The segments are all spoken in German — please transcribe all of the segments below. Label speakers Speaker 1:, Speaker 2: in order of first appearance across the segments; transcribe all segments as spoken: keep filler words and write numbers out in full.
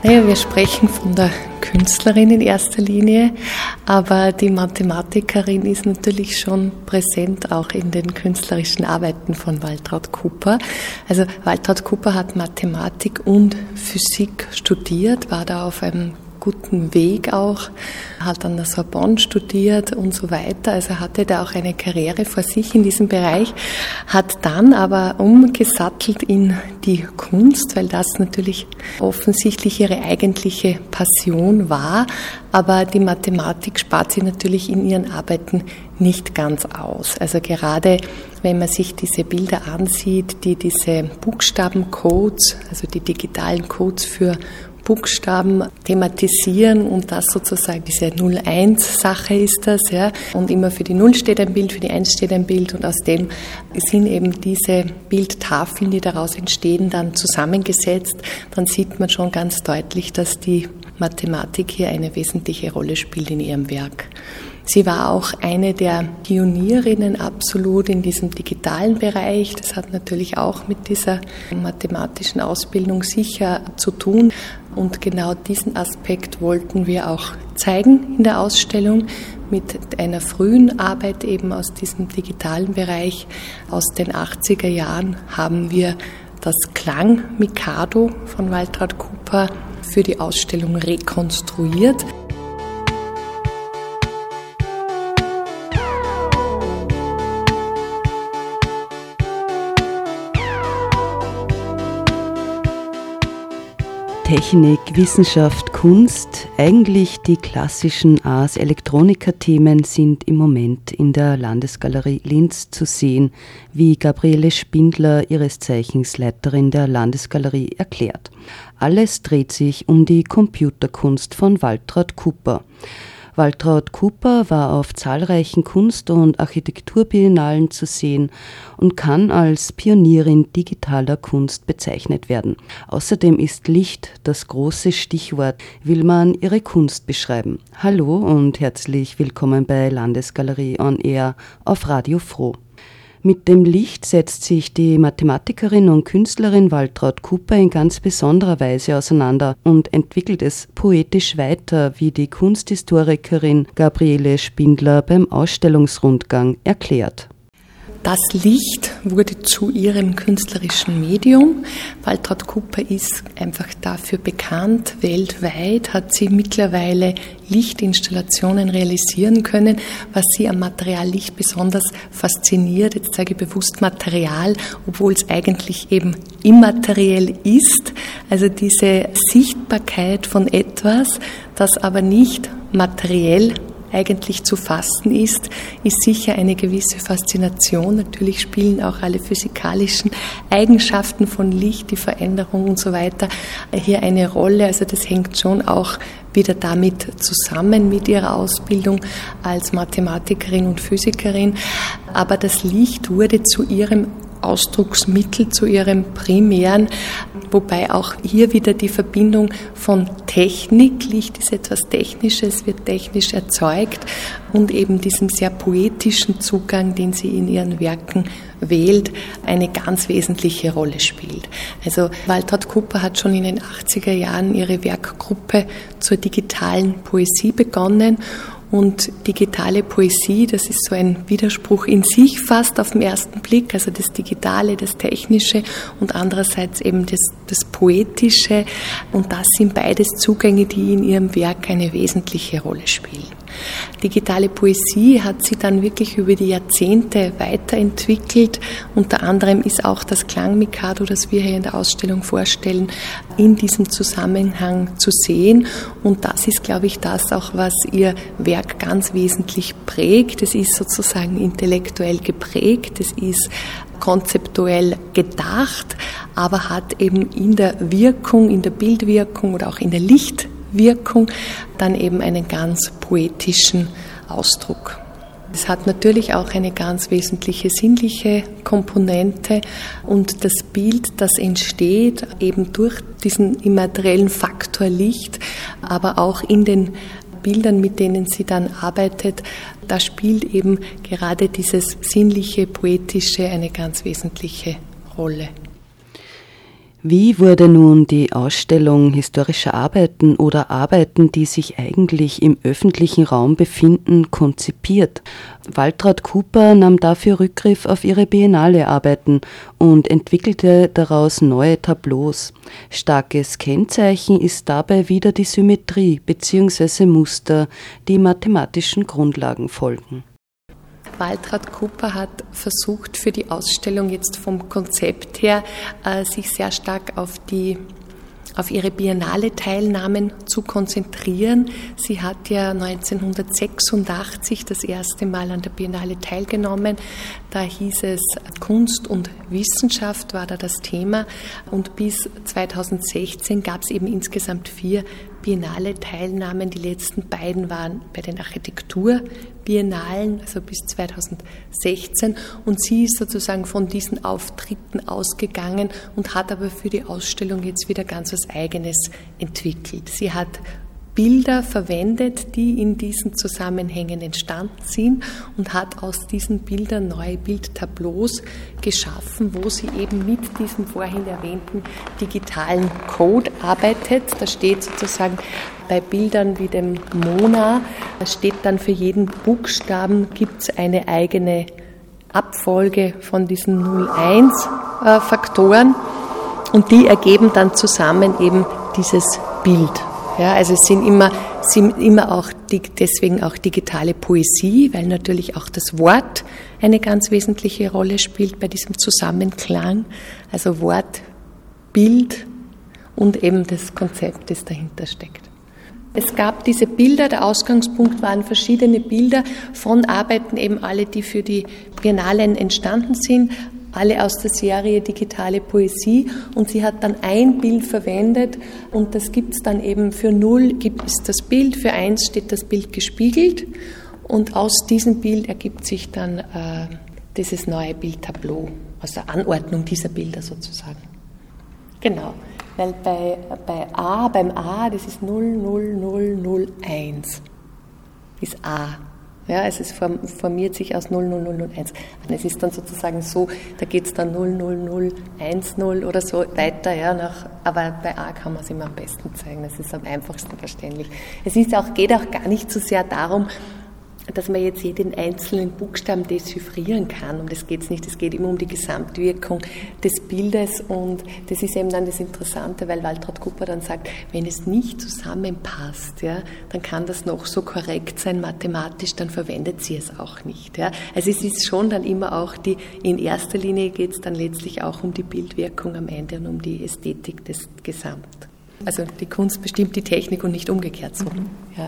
Speaker 1: Naja, wir sprechen von der Künstlerin in erster Linie, aber die Mathematikerin ist natürlich schon präsent auch in den künstlerischen Arbeiten von Waltraud Cooper. Also Waltraud Cooper hat Mathematik und Physik studiert, war da auf einem guten Weg auch, hat an der Sorbonne studiert und so weiter, also hatte da auch eine Karriere vor sich in diesem Bereich, hat dann aber umgesattelt in die Kunst, weil das natürlich offensichtlich ihre eigentliche Passion war, aber die Mathematik spart sie natürlich in ihren Arbeiten nicht ganz aus. Also gerade wenn man sich diese Bilder ansieht, die diese Buchstabencodes, also die digitalen Codes für Buchstaben thematisieren und das sozusagen diese null eins Sache ist das, ja. Und immer für die null steht ein Bild, für die eins steht ein Bild und aus dem sind eben diese Bildtafeln, die daraus entstehen, dann zusammengesetzt. Dann sieht man schon ganz deutlich, dass die Mathematik hier eine wesentliche Rolle spielt in ihrem Werk. Sie war auch eine der Pionierinnen absolut in diesem digitalen Bereich. Das hat natürlich auch mit dieser mathematischen Ausbildung sicher zu tun. Und genau diesen Aspekt wollten wir auch zeigen in der Ausstellung mit einer frühen Arbeit eben aus diesem digitalen Bereich. Aus den achtziger Jahren haben wir das Klang-Mikado von Waltraud Cooper für die Ausstellung rekonstruiert.
Speaker 2: Technik, Wissenschaft, Kunst, eigentlich die klassischen Ars Electronica-Themen sind im Moment in der Landesgalerie Linz zu sehen, wie Gabriele Spindler, ihres Zeichens Leiterin der Landesgalerie, erklärt. Alles dreht sich um die Computerkunst von Waltraud Cooper. Waltraud Cooper war auf zahlreichen Kunst- und Architekturbiennalen zu sehen und kann als Pionierin digitaler Kunst bezeichnet werden. Außerdem ist Licht das große Stichwort, will man ihre Kunst beschreiben. Hallo und herzlich willkommen bei Landesgalerie on Air auf Radio Froh. Mit dem Licht setzt sich die Mathematikerin und Künstlerin Waltraud Cooper in ganz besonderer Weise auseinander und entwickelt es poetisch weiter, wie die Kunsthistorikerin Gabriele Spindler beim Ausstellungsrundgang erklärt.
Speaker 1: Das Licht wurde zu ihrem künstlerischen Medium. Waltraud Cooper ist einfach dafür bekannt. Weltweit hat sie mittlerweile Lichtinstallationen realisieren können, was sie am Material Licht besonders fasziniert. Jetzt sage ich bewusst Material, obwohl es eigentlich eben immateriell ist. Also diese Sichtbarkeit von etwas, das aber nicht materiell eigentlich zu fassen ist, ist sicher eine gewisse Faszination. Natürlich spielen auch alle physikalischen Eigenschaften von Licht, die Veränderung und so weiter hier eine Rolle. Also das hängt schon auch wieder damit zusammen mit ihrer Ausbildung als Mathematikerin und Physikerin. Aber das Licht wurde zu ihrem Ausdrucksmittel, zu ihrem primären, wobei auch hier wieder die Verbindung von Technik, Licht ist etwas Technisches, wird technisch erzeugt und eben diesem sehr poetischen Zugang, den sie in ihren Werken wählt, eine ganz wesentliche Rolle spielt. Also Waltraud Cooper hat schon in den achtziger Jahren ihre Werkgruppe zur digitalen Poesie begonnen. Und digitale Poesie, das ist so ein Widerspruch in sich fast auf den ersten Blick, also das Digitale, das Technische und andererseits eben das, das Poetische. Und das sind beides Zugänge, die in ihrem Werk eine wesentliche Rolle spielen. Digitale Poesie hat sie dann wirklich über die Jahrzehnte weiterentwickelt. Unter anderem ist auch das Klang-Mikado, das wir hier in der Ausstellung vorstellen, in diesem Zusammenhang zu sehen. Und das ist, glaube ich, das auch, was ihr Werk ganz wesentlich prägt. Es ist sozusagen intellektuell geprägt, es ist konzeptuell gedacht, aber hat eben in der Wirkung, in der Bildwirkung oder auch in der Lichtwirkung dann eben einen ganz poetischen Ausdruck. Es hat natürlich auch eine ganz wesentliche sinnliche Komponente und das Bild, das entsteht eben durch diesen immateriellen Faktor Licht, aber auch in den Bildern, mit denen sie dann arbeitet, da spielt eben gerade dieses sinnliche, poetische eine ganz wesentliche Rolle.
Speaker 2: Wie wurde nun die Ausstellung historischer Arbeiten oder Arbeiten, die sich eigentlich im öffentlichen Raum befinden, konzipiert? Waltraud Cooper nahm dafür Rückgriff auf ihre Biennale-Arbeiten und entwickelte daraus neue Tableaus. Starkes Kennzeichen ist dabei wieder die Symmetrie bzw. Muster, die mathematischen Grundlagen folgen.
Speaker 1: Waltraud Cooper hat versucht, für die Ausstellung jetzt vom Konzept her äh, sich sehr stark auf die auf ihre Biennale-Teilnahmen zu konzentrieren. Sie hat ja neunzehnhundertsechsundachtzig das erste Mal an der Biennale teilgenommen. Da hieß es Kunst und Wissenschaft war da das Thema. Und bis zweitausendsechzehn gab es eben insgesamt vier Biennale-Teilnahmen. Die letzten beiden waren bei den Architektur-Biennalen, also bis zweitausendsechzehn. Und sie ist sozusagen von diesen Auftritten ausgegangen und hat aber für die Ausstellung jetzt wieder ganz was Eigenes entwickelt. Sie hat Bilder verwendet, die in diesen Zusammenhängen entstanden sind und hat aus diesen Bildern neue Bildtableaus geschaffen, wo sie eben mit diesem vorhin erwähnten digitalen Code arbeitet. Da steht sozusagen bei Bildern wie dem Mona, da steht dann für jeden Buchstaben gibt es eine eigene Abfolge von diesen null eins Faktoren und die ergeben dann zusammen eben dieses Bild. Ja, also es sind immer, sind immer auch deswegen auch digitale Poesie, weil natürlich auch das Wort eine ganz wesentliche Rolle spielt bei diesem Zusammenklang. Also Wort, Bild und eben das Konzept, das dahinter steckt. Es gab diese Bilder, der Ausgangspunkt waren verschiedene Bilder von Arbeiten, eben alle, die für die Biennalen entstanden sind, alle aus der Serie Digitale Poesie, und sie hat dann ein Bild verwendet und das gibt es dann eben für null gibt es das Bild, für eins steht das Bild gespiegelt und aus diesem Bild ergibt sich dann äh, dieses neue Bildtableau, aus der Anordnung dieser Bilder sozusagen. Genau, weil bei, bei A, beim A, das ist null null null null eins, ist A. Ja, also es formiert sich aus null null null null eins. Und es ist dann sozusagen so, da geht es dann null null null eins null oder so weiter, ja, nach, aber bei A kann man es immer am besten zeigen, das ist am einfachsten verständlich. Es ist auch, geht auch gar nicht so sehr darum, dass man jetzt jeden einzelnen Buchstaben dechiffrieren kann. Um das geht es nicht. Es geht immer um die Gesamtwirkung des Bildes. Und das ist eben dann das Interessante, weil Waltraud Cooper dann sagt, wenn es nicht zusammenpasst, ja, dann kann das noch so korrekt sein mathematisch, dann verwendet sie es auch nicht. Ja. Also es ist schon dann immer auch die, in erster Linie geht es dann letztlich auch um die Bildwirkung am Ende und um die Ästhetik des Gesamt. Also die Kunst bestimmt die Technik und nicht umgekehrt so. Mhm. Ja.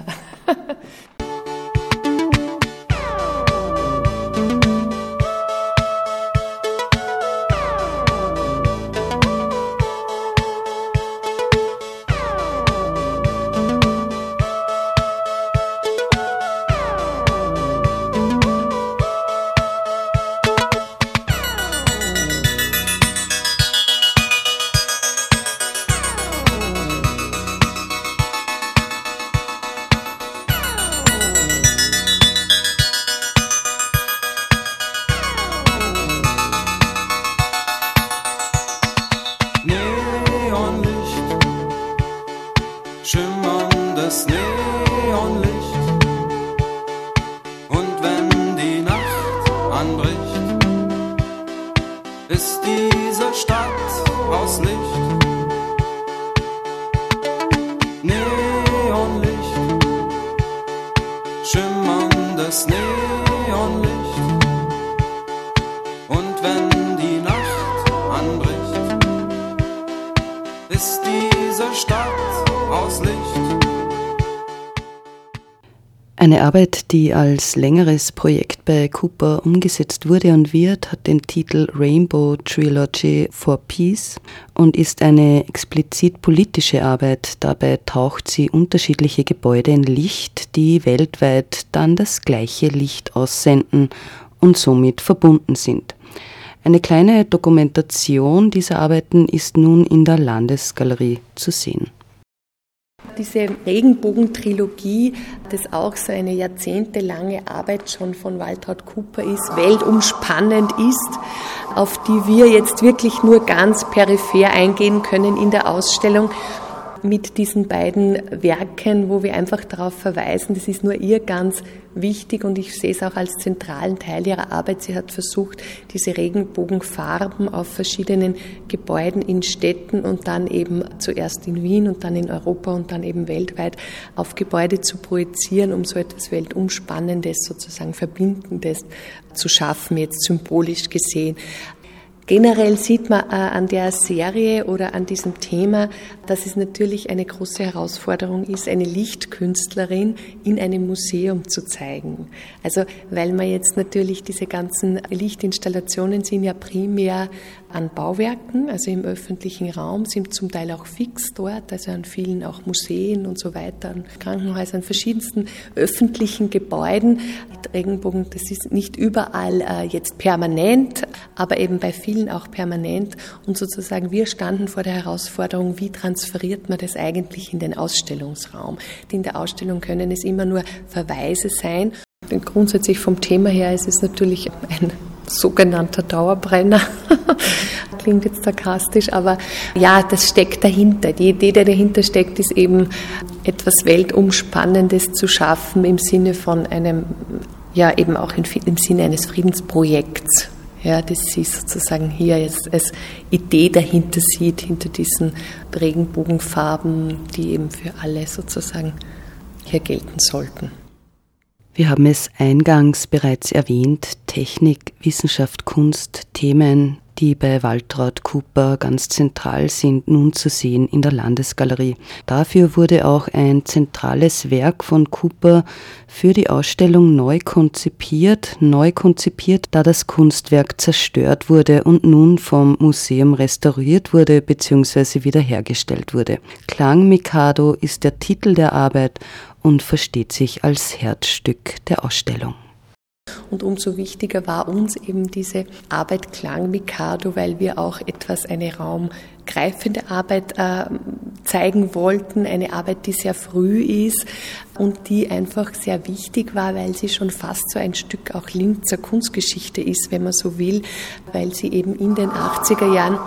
Speaker 2: Eine Arbeit, die als längeres Projekt bei Cooper umgesetzt wurde und wird, hat den Titel Rainbow Trilogy for Peace und ist eine explizit politische Arbeit. Dabei taucht sie unterschiedliche Gebäude in Licht, die weltweit dann das gleiche Licht aussenden und somit verbunden sind. Eine kleine Dokumentation dieser Arbeiten ist nun in der Landesgalerie zu sehen.
Speaker 1: diese Regenbogentrilogie, das auch so eine jahrzehntelange Arbeit schon von Waltraud Cooper ist, weltumspannend ist, auf die wir jetzt wirklich nur ganz peripher eingehen können in der Ausstellung, mit diesen beiden Werken, wo wir einfach darauf verweisen, das ist nur ihr ganz wichtig und ich sehe es auch als zentralen Teil ihrer Arbeit. Sie hat versucht, diese Regenbogenfarben auf verschiedenen Gebäuden in Städten und dann eben zuerst in Wien und dann in Europa und dann eben weltweit auf Gebäude zu projizieren, um so etwas Weltumspannendes, sozusagen Verbindendes zu schaffen, jetzt symbolisch gesehen. Generell sieht man äh, an der Serie oder an diesem Thema, dass es natürlich eine große Herausforderung ist, eine Lichtkünstlerin in einem Museum zu zeigen. Also weil man jetzt natürlich diese ganzen Lichtinstallationen sind ja primär an Bauwerken, also im öffentlichen Raum, sind zum Teil auch fix dort, also an vielen auch Museen und so weiter, an Krankenhäusern, verschiedensten öffentlichen Gebäuden. Regenbogen, das ist nicht überall äh, jetzt permanent, aber eben bei vielen auch permanent und sozusagen wir standen vor der Herausforderung, wie transferiert man das eigentlich in den Ausstellungsraum? In der Ausstellung können es immer nur Verweise sein. Und grundsätzlich vom Thema her ist es natürlich ein sogenannter Dauerbrenner. Klingt jetzt sarkastisch, aber ja, das steckt dahinter. Die Idee, die dahinter steckt, ist eben etwas Weltumspannendes zu schaffen im Sinne von einem, ja eben auch im Sinne eines Friedensprojekts. Ja, das sie sozusagen hier jetzt als Idee dahinter sieht, hinter diesen Regenbogenfarben, die eben für alle sozusagen hier gelten sollten.
Speaker 2: Wir haben es eingangs bereits erwähnt, Technik, Wissenschaft, Kunst, Themen, die bei Waltraud Cooper ganz zentral sind, nun zu sehen in der Landesgalerie. Dafür wurde auch ein zentrales Werk von Cooper für die Ausstellung neu konzipiert, neu konzipiert, da das Kunstwerk zerstört wurde und nun vom Museum restauriert wurde bzw. wiederhergestellt wurde. Klang Mikado ist der Titel der Arbeit und versteht sich als Herzstück der Ausstellung.
Speaker 1: Und umso wichtiger war uns eben diese Arbeit Klang Mikado, weil wir auch etwas, eine raumgreifende Arbeit äh, zeigen wollten, eine Arbeit, die sehr früh ist und die einfach sehr wichtig war, weil sie schon fast so ein Stück auch Linzer Kunstgeschichte ist, wenn man so will, weil sie eben in den achtziger Jahren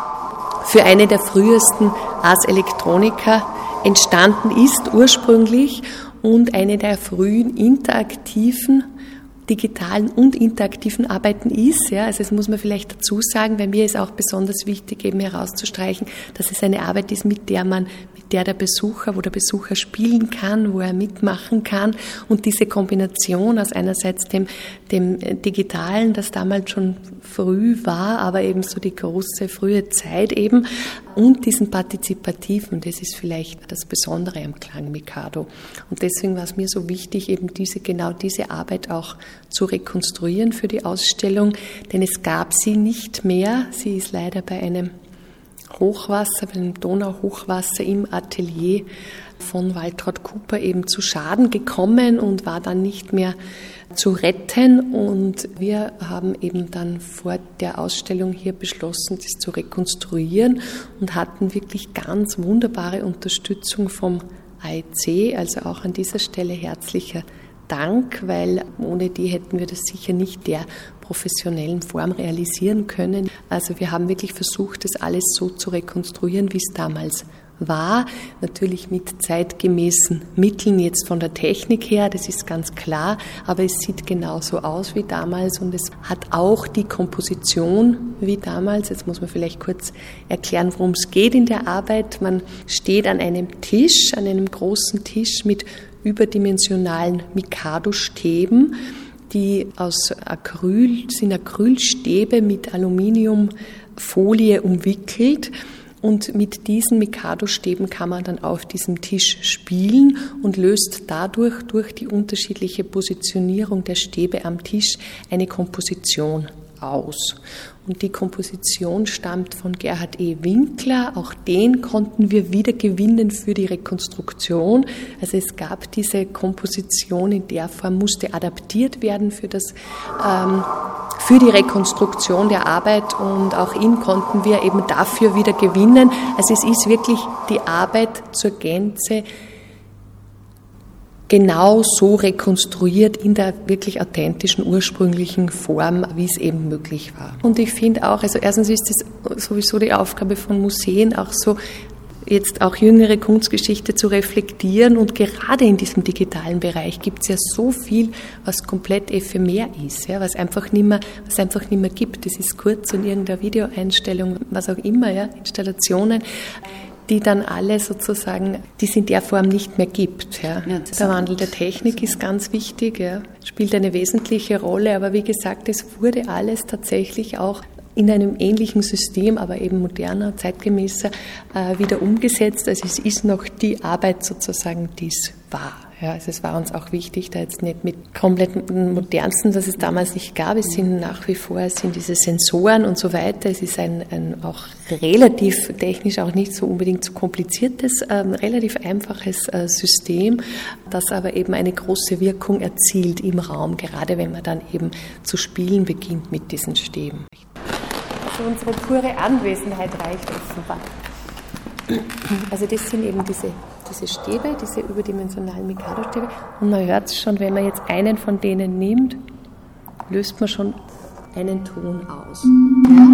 Speaker 1: für eine der frühesten Ars Electronica entstanden ist ursprünglich und eine der frühen interaktiven digitalen und interaktiven Arbeiten ist. Ja, also das muss man vielleicht dazu sagen, weil mir ist auch besonders wichtig, eben herauszustreichen, dass es eine Arbeit ist, mit der man, mit der der Besucher, wo der Besucher spielen kann, wo er mitmachen kann und diese Kombination aus einerseits dem, dem Digitalen, das damals schon früh war, aber eben so die große frühe Zeit eben und diesen Partizipativen, das ist vielleicht das Besondere am Klang Mikado. Und deswegen war es mir so wichtig, eben diese, genau diese Arbeit auch zu rekonstruieren für die Ausstellung, denn es gab sie nicht mehr. Sie ist leider bei einem Hochwasser, bei einem Donauhochwasser im Atelier von Waltraud Cooper eben zu Schaden gekommen und war dann nicht mehr zu retten. Und wir haben eben dann vor der Ausstellung hier beschlossen, das zu rekonstruieren und hatten wirklich ganz wunderbare Unterstützung vom A E C, also auch an dieser Stelle herzlicher Dank, weil ohne die hätten wir das sicher nicht der professionellen Form realisieren können. Also wir haben wirklich versucht, das alles so zu rekonstruieren, wie es damals war, natürlich mit zeitgemäßen Mitteln jetzt von der Technik her, das ist ganz klar, aber es sieht genauso aus wie damals und es hat auch die Komposition wie damals. Jetzt muss man vielleicht kurz erklären, worum es geht in der Arbeit. Man steht an einem Tisch, an einem großen Tisch mit überdimensionalen Mikado-Stäben, die aus Acryl, sind Acrylstäbe mit Aluminiumfolie umwickelt. Und mit diesen Mikado-Stäben kann man dann auf diesem Tisch spielen und löst dadurch, durch die unterschiedliche Positionierung der Stäbe am Tisch, eine Komposition aus. Und die Komposition stammt von Gerhard E. Winkler. Auch den konnten wir wieder gewinnen für die Rekonstruktion. Also es gab diese Komposition in der Form, musste adaptiert werden für das ähm, für die Rekonstruktion der Arbeit und auch ihn konnten wir eben dafür wieder gewinnen. Also es ist wirklich die Arbeit zur Gänze genau so rekonstruiert in der wirklich authentischen, ursprünglichen Form, wie es eben möglich war. Und ich finde auch, also erstens ist es sowieso die Aufgabe von Museen, auch so jetzt auch jüngere Kunstgeschichte zu reflektieren, und gerade in diesem digitalen Bereich gibt es ja so viel, was komplett ephemer ist, ja, was einfach nicht mehr, was einfach nicht mehr gibt. Das ist kurz und irgendeine Videoeinstellung, was auch immer, ja, Installationen, die dann alle sozusagen, die es in der Form nicht mehr gibt. Ja. Ja, der Wandel der Technik ist ganz wichtig, ja, spielt eine wesentliche Rolle, aber wie gesagt, es wurde alles tatsächlich auch in einem ähnlichen System, aber eben moderner, zeitgemäßer, äh, wieder umgesetzt. Also es ist noch die Arbeit sozusagen, die es war. Ja, also es war uns auch wichtig, da jetzt nicht mit komplett modernsten, das es damals nicht gab. Es sind nach wie vor, es sind diese Sensoren und so weiter. Es ist ein, ein auch relativ technisch auch nicht so unbedingt so kompliziertes, ähm, relativ einfaches äh, System, das aber eben eine große Wirkung erzielt im Raum, gerade wenn man dann eben zu spielen beginnt mit diesen Stäben. Also unsere pure Anwesenheit reicht offenbar. Also das sind eben diese, diese Stäbe, diese überdimensionalen Mikado-Stäbe. Und man hört es schon, wenn man jetzt einen von denen nimmt, löst man schon einen Ton aus. Ja?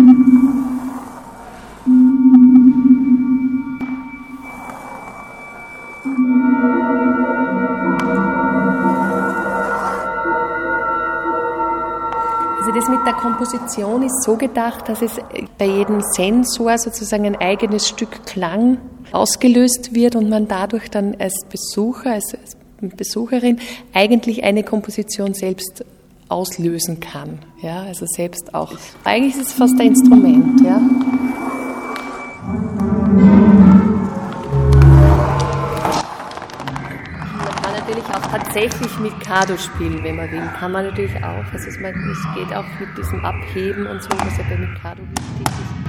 Speaker 1: Also das mit der Komposition ist so gedacht, dass es bei jedem Sensor sozusagen ein eigenes Stück Klang ausgelöst wird und man dadurch dann als Besucher, als Besucherin eigentlich eine Komposition selbst auslösen kann. Ja, also selbst auch. Eigentlich ist es fast ein Instrument. Ja. Natürlich auch tatsächlich Mikado spielen, wenn man will. Kann man natürlich auch. Also es geht auch mit diesem Abheben und so, was ja bei Mikado wichtig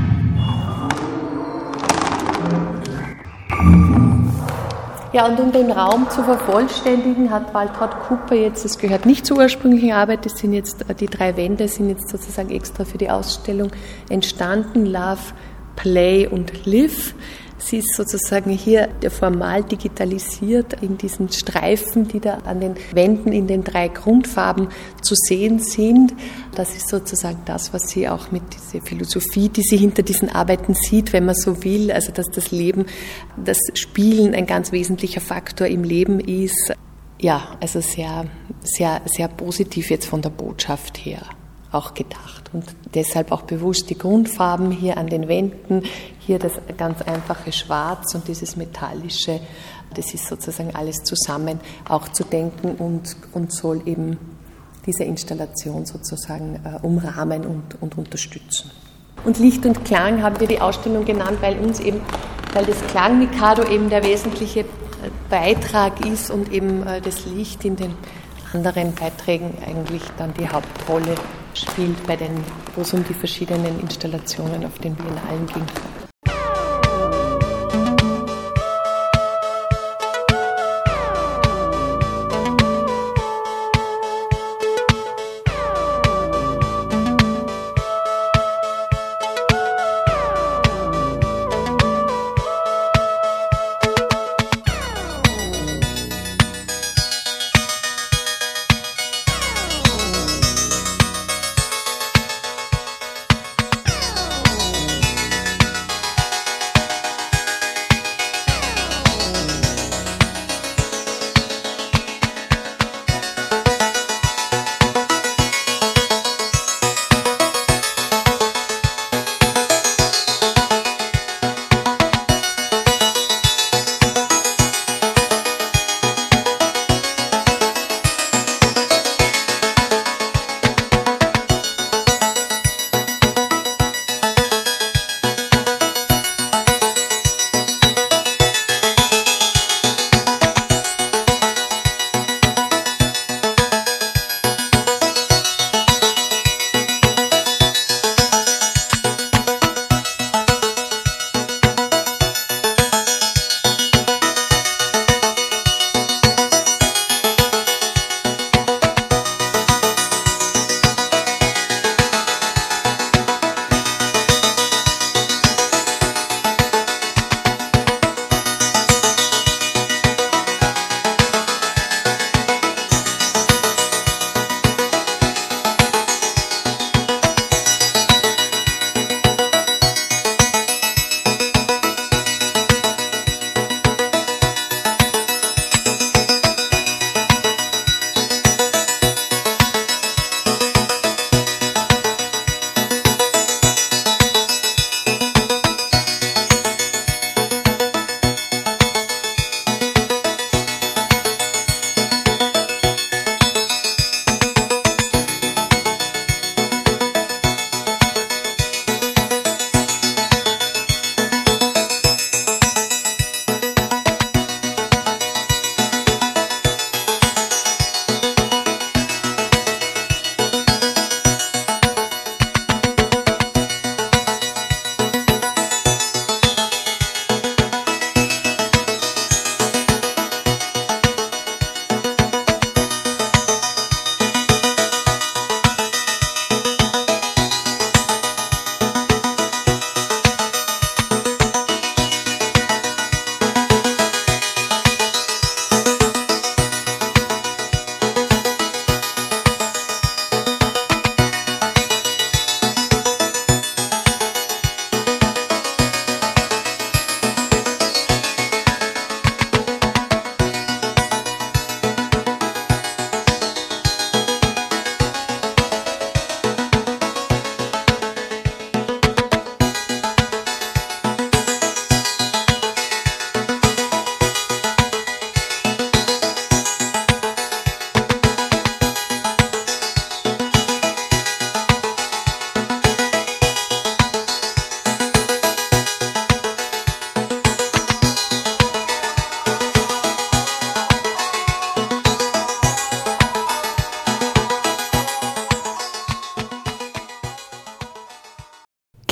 Speaker 1: ist. Ja, und um den Raum zu vervollständigen, hat Waltraud Kupper jetzt, das gehört nicht zur ursprünglichen Arbeit, das sind jetzt, die drei Wände sind jetzt sozusagen extra für die Ausstellung entstanden, Love, Play und Live. Sie ist sozusagen hier formal digitalisiert in diesen Streifen, die da an den Wänden in den drei Grundfarben zu sehen sind. Das ist sozusagen das, was sie auch mit dieser Philosophie, die sie hinter diesen Arbeiten sieht, wenn man so will, also dass das Leben, das Spielen ein ganz wesentlicher Faktor im Leben ist. Ja, also sehr, sehr, sehr positiv jetzt von der Botschaft her auch gedacht und deshalb auch bewusst die Grundfarben hier an den Wänden, hier das ganz einfache Schwarz und dieses Metallische, das ist sozusagen alles zusammen auch zu denken und, und soll eben diese Installation sozusagen äh, umrahmen und, und unterstützen. Und Licht und Klang haben wir die Ausstellung genannt, weil uns eben, weil das Klang-Mikado eben der wesentliche Beitrag ist und eben äh, das Licht in den anderen Beiträgen eigentlich dann die Hauptrolle spielt, bei den, wo es um die verschiedenen Installationen auf den Biennalen ging.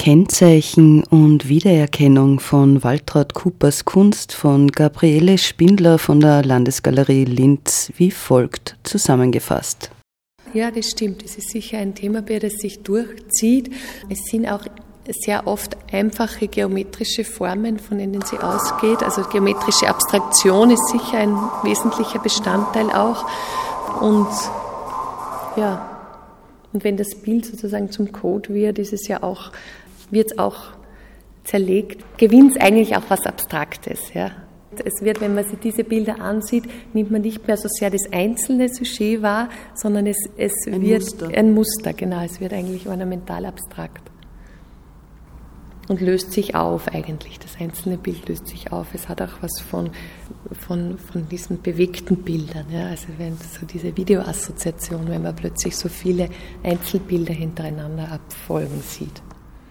Speaker 2: Kennzeichen und Wiedererkennung von Waltraud Kupers Kunst von Gabriele Spindler von der Landesgalerie Linz wie folgt zusammengefasst.
Speaker 1: Ja, das stimmt. Es ist sicher ein Thema, das sich durchzieht. Es sind auch sehr oft einfache geometrische Formen, von denen sie ausgeht. Also geometrische Abstraktion ist sicher ein wesentlicher Bestandteil auch. Und ja, und wenn das Bild sozusagen zum Code wird, ist es ja auch, wird es auch zerlegt, gewinnt es eigentlich auch was Abstraktes. Ja. Es wird, wenn man sich diese Bilder ansieht, nimmt man nicht mehr so sehr das einzelne Sujet wahr, sondern es, es ein wird Muster. ein Muster, genau, es wird eigentlich ornamental abstrakt. Und löst sich auf eigentlich, das einzelne Bild löst sich auf. Es hat auch was von, von, von diesen bewegten Bildern. Ja? Also wenn so diese Videoassoziation, wenn man plötzlich so viele Einzelbilder hintereinander abfolgen sieht.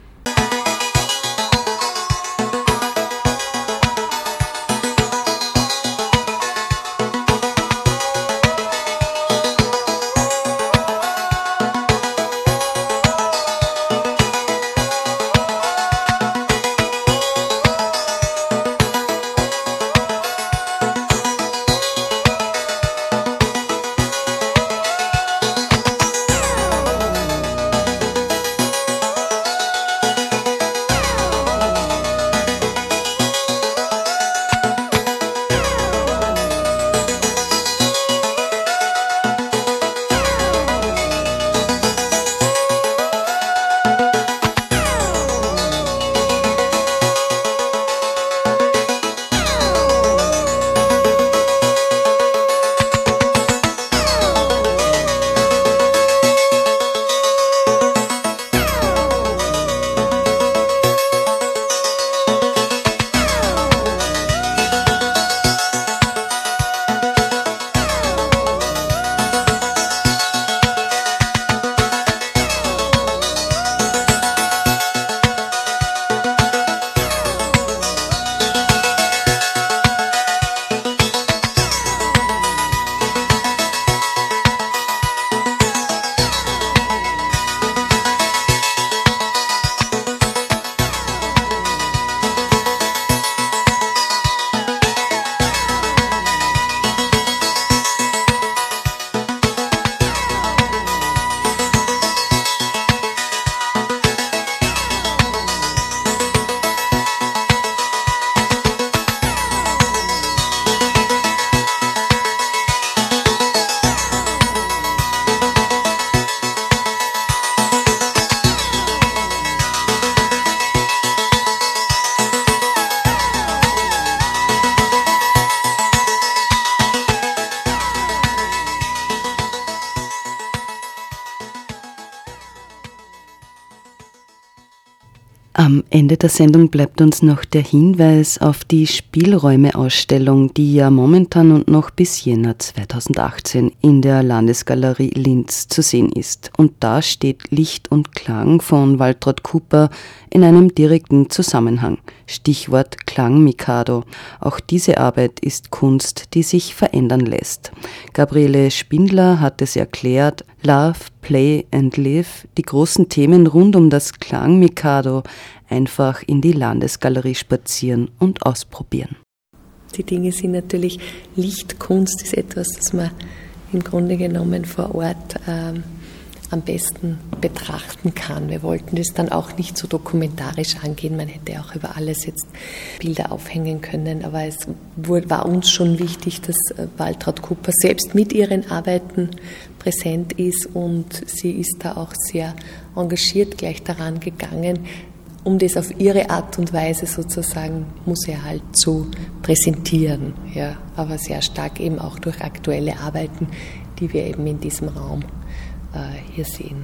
Speaker 2: Am Ende der Sendung bleibt uns noch der Hinweis auf die Spielräume-Ausstellung, die ja momentan und noch bis Jänner zweitausendachtzehn in der Landesgalerie Linz zu sehen ist. Und da steht Licht und Klang von Waltraud Kuper in einem direkten Zusammenhang. Stichwort Klang-Mikado. Auch diese Arbeit ist Kunst, die sich verändern lässt. Gabriele Spindler hat es erklärt, Love, Play and Live, die großen Themen rund um das Klang-Mikado, einfach in die Landesgalerie spazieren und ausprobieren.
Speaker 1: Die Dinge sind natürlich, Lichtkunst ist etwas, das man im Grunde genommen vor Ort ähm, am besten betrachten kann. Wir wollten das dann auch nicht so dokumentarisch angehen. Man hätte auch über alles jetzt Bilder aufhängen können, aber es war uns schon wichtig, dass Waltraud Kuper selbst mit ihren Arbeiten präsent ist und sie ist da auch sehr engagiert gleich daran gegangen, um das auf ihre Art und Weise sozusagen museal zu präsentieren. Ja, aber sehr stark eben auch durch aktuelle Arbeiten, die wir eben in diesem Raum hier sehen.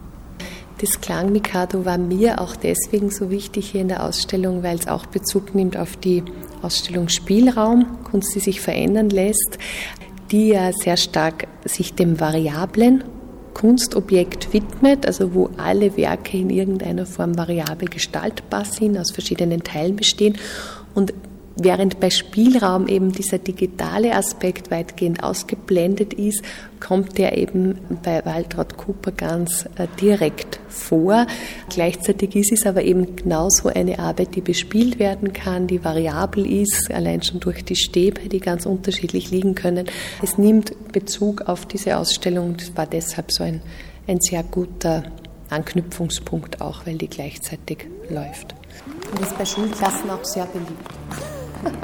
Speaker 1: Das Klang-Mikado war mir auch deswegen so wichtig hier in der Ausstellung, weil es auch Bezug nimmt auf die Ausstellung Spielraum, Kunst, die sich verändern lässt, die ja sehr stark sich dem variablen Kunstobjekt widmet, also wo alle Werke in irgendeiner Form variabel gestaltbar sind, aus verschiedenen Teilen bestehen und während bei Spielraum eben dieser digitale Aspekt weitgehend ausgeblendet ist, kommt der eben bei Waltraud Cooper ganz äh, direkt vor. Gleichzeitig ist es aber eben genauso eine Arbeit, die bespielt werden kann, die variabel ist, allein schon durch die Stäbe, die ganz unterschiedlich liegen können. Es nimmt Bezug auf diese Ausstellung, das war deshalb so ein, ein sehr guter Anknüpfungspunkt auch, weil die gleichzeitig läuft. Und ist bei Schulklassen auch sehr beliebt.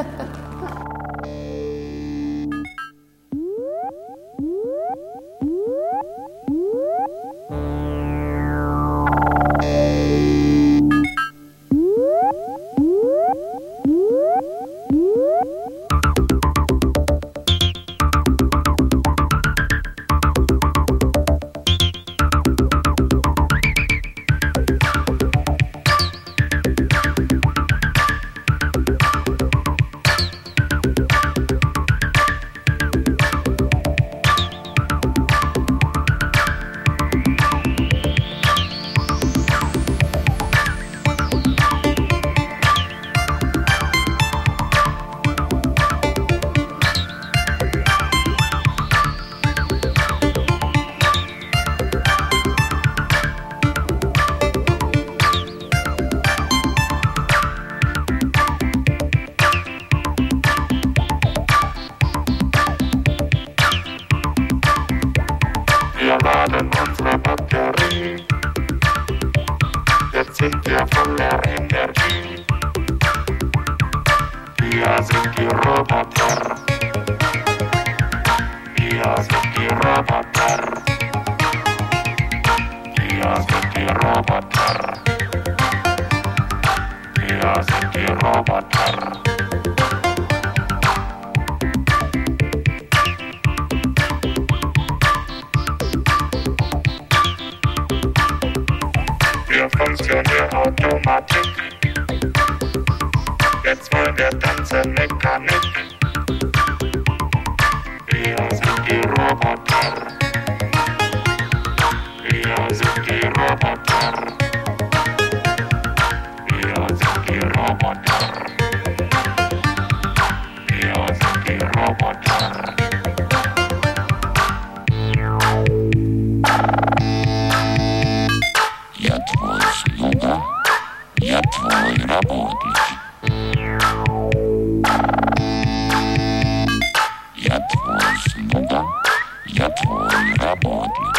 Speaker 3: Wir laden unsere Batterie, jetzt sind wir voller Energie. Wir sind die Roboter, wir sind die Roboter, wir sind die Roboter, wir sind die Roboter. Wir funktionieren Automatik, jetzt wollen wir tanzen Mechanik. Wir sind die Roboter, wir sind die Roboter, wir sind die Roboter, wir sind die Roboter. Я твой слуга, я твой работник. Я твой слуга, я твой работник.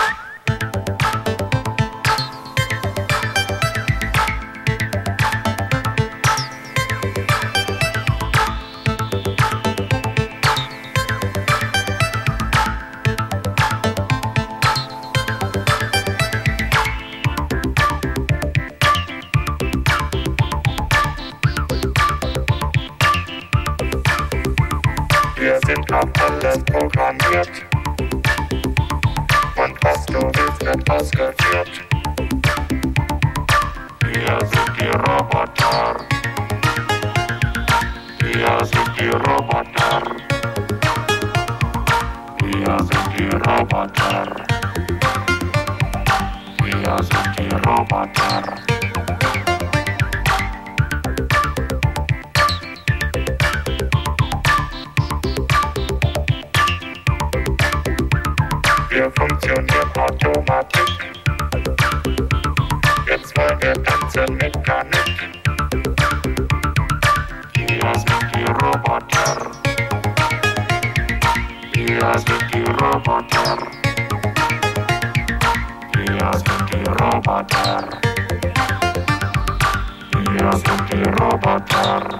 Speaker 3: Wir sind auf alles programmiert und was du willst wird ausgeführt. Wir sind die Roboter, wir sind die Roboter, wir sind die Roboter, wir sind die Roboter. Wir funktionieren Automatik, jetzt wollen wir tanzen Mechanik. Wir sind die Roboter, wir sind die Roboter, wir sind die Roboter, wir sind die Roboter.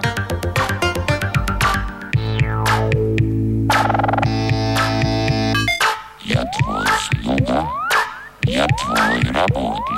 Speaker 3: Я твой слуга, я твой работник.